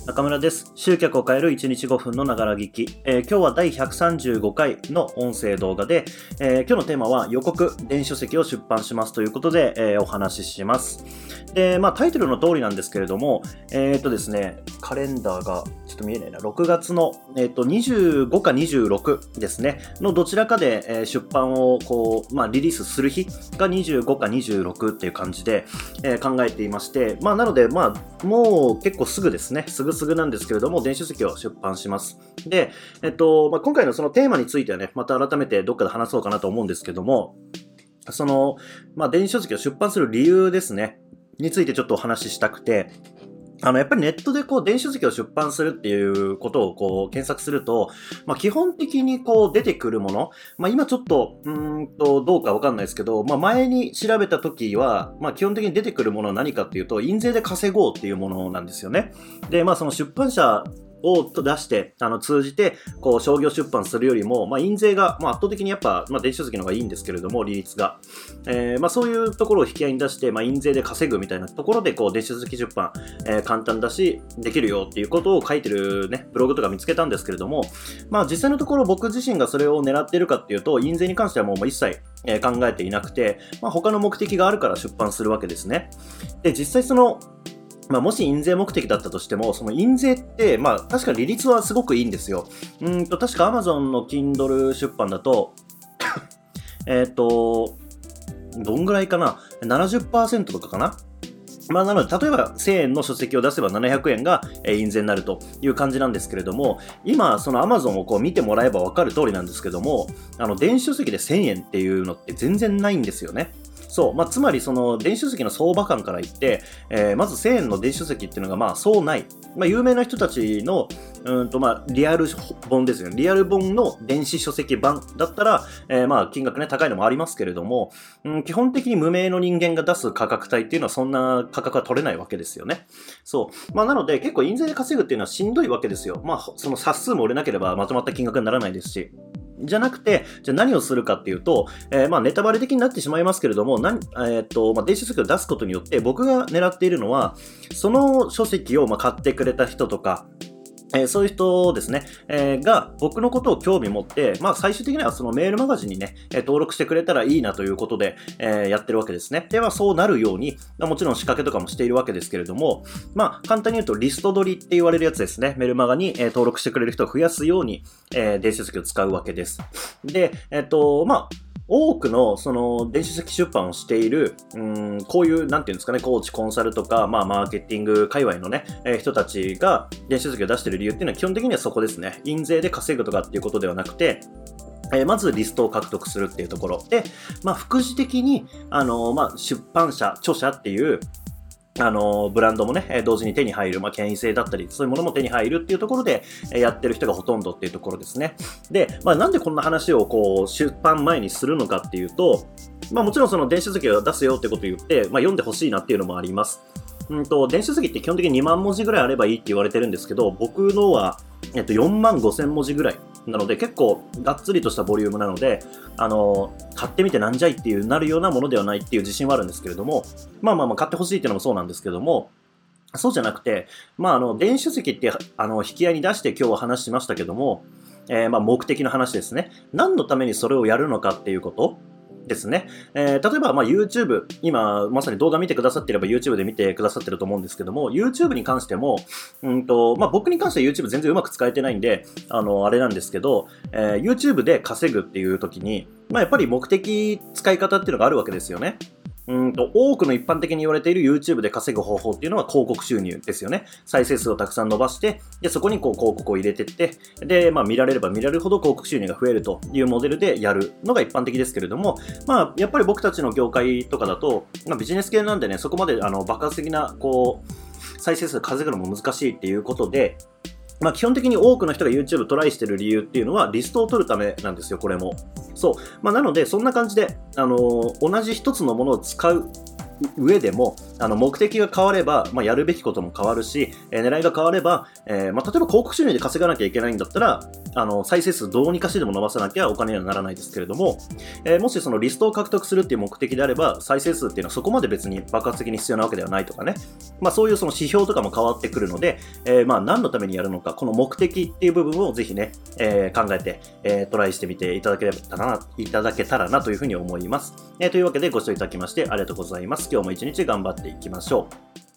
中村です。集客を変える1日5分のながら聞き。今日は第135回の音声動画で、今日のテーマは予告、電子書籍を出版しますということで、お話しします。で、タイトルの通りなんですけれども、ですね、カレンダーがちょっと見えないな。6月の、25か26ですね、のどちらかで、出版をリリースする日が25か26っていう感じで、考えていまして、なので、もう結構すぐですね、すぐなんですけれども、電子書籍を出版します。で、今回のそのテーマについてはね、また改めてどっかで話そうかなと思うんですけども、電子書籍を出版する理由ですね、についてちょっとお話ししたくて、やっぱりネットで電子書籍を出版するっていうことを検索すると、基本的に出てくるもの、今ちょっと、どうかわかんないですけど、前に調べた時は、基本的に出てくるものは何かっていうと、印税で稼ごうっていうものなんですよね。で、その出版社を出して、通じて、商業出版するよりも、印税が、圧倒的にやっぱ、電子書籍の方がいいんですけれども、利率が。そういうところを引き合いに出して、印税で稼ぐみたいなところで、電子書籍出版、簡単だし、できるよっていうことを書いてるね、ブログとか見つけたんですけれども、実際のところ僕自身がそれを狙っているかっていうと、印税に関してはもう一切、考えていなくて、他の目的があるから出版するわけですね。で、実際もし印税目的だったとしても、その印税って、確か利率はすごくいいんですよ。確か Amazon の Kindle 出版だと、どんぐらいかな ?70% とかかな。なので、例えば1000円の書籍を出せば700円が印税になるという感じなんですけれども、今、その Amazon を見てもらえばわかる通りなんですけども、電子書籍で1000円っていうのって全然ないんですよね。そう。つまりその電子書籍の相場感から言って、まず1000円の電子書籍っていうのがそうない。有名な人たちの、リアル本ですよね。リアル本の電子書籍版だったら、金額ね、高いのもありますけれども、基本的に無名の人間が出す価格帯っていうのはそんな価格は取れないわけですよね。そう。なので結構印税で稼ぐっていうのはしんどいわけですよ。その冊数も売れなければまとまった金額にならないですし。じゃなくて、じゃあ何をするかっていうと、ネタバレ的になってしまいますけれども、電子書籍を出すことによって僕が狙っているのは、その書籍を買ってくれた人とか、そういう人ですね、が僕のことを興味持って、最終的にはそのメールマガジンにね、登録してくれたらいいなということで、やってるわけですね。では、そうなるように、もちろん仕掛けとかもしているわけですけれども、簡単に言うとリスト取りって言われるやつですね。メルマガに、登録してくれる人を増やすように、電子書籍を使うわけです。で、多くの、その、電子書籍出版をしている、こういう、なんていうんですかね、コーチ、コンサルとか、マーケティング界隈のね、人たちが電子書籍を出している理由っていうのは基本的にはそこですね。印税で稼ぐとかっていうことではなくて、まずリストを獲得するっていうところで、副次的に、出版社、著者っていう、ブランドもね、同時に手に入る、権威性だったり、そういうものも手に入るっていうところで、やってる人がほとんどっていうところですね。で、なんでこんな話を出版前にするのかっていうと、もちろんその電子書籍を出すよってことを言って、読んでほしいなっていうのもあります。電子書籍って基本的に2万文字ぐらいあればいいって言われてるんですけど、僕のは、4万5千文字ぐらいなので、結構がっつりとしたボリュームなので、買ってみてなんじゃいっていうなるようなものではないっていう自信はあるんですけれども、買ってほしいっていうのもそうなんですけども、そうじゃなくて、電子書籍って、引き合いに出して今日は話しましたけども、目的の話ですね。何のためにそれをやるのかっていうことですね。例えば、YouTube、今、まさに動画見てくださっていれば YouTube で見てくださってると思うんですけども、YouTube に関しても、僕に関しては YouTube 全然うまく使えてないんで、あれなんですけど、YouTube で稼ぐっていう時に、やっぱり目的使い方っていうのがあるわけですよね。多くの一般的に言われている YouTube で稼ぐ方法っていうのは広告収入ですよね。再生数をたくさん伸ばして、で、そこに広告を入れてって、で、見られれば見られるほど広告収入が増えるというモデルでやるのが一般的ですけれども、やっぱり僕たちの業界とかだと、ビジネス系なんでね、そこまで爆発的な、再生数稼ぐのも難しいっていうことで、基本的に多くの人が YouTube トライしてる理由っていうのはリストを取るためなんですよ、これも。そう。なので、そんな感じで、同じ一つのものを使う上でも、目的が変われば、やるべきことも変わるし、狙いが変われば、例えば広告収入で稼がなきゃいけないんだったら、再生数どうにかしてでも伸ばさなきゃお金にはならないですけれども、もしそのリストを獲得するっていう目的であれば、再生数っていうのはそこまで別に爆発的に必要なわけではないとかね。そういうその指標とかも変わってくるので、何のためにやるのか、この目的っていう部分をぜひね、考えて、トライしてみていただけたらなというふうに思います。というわけでご視聴いただきましてありがとうございます。今日も一日頑張っていきましょう。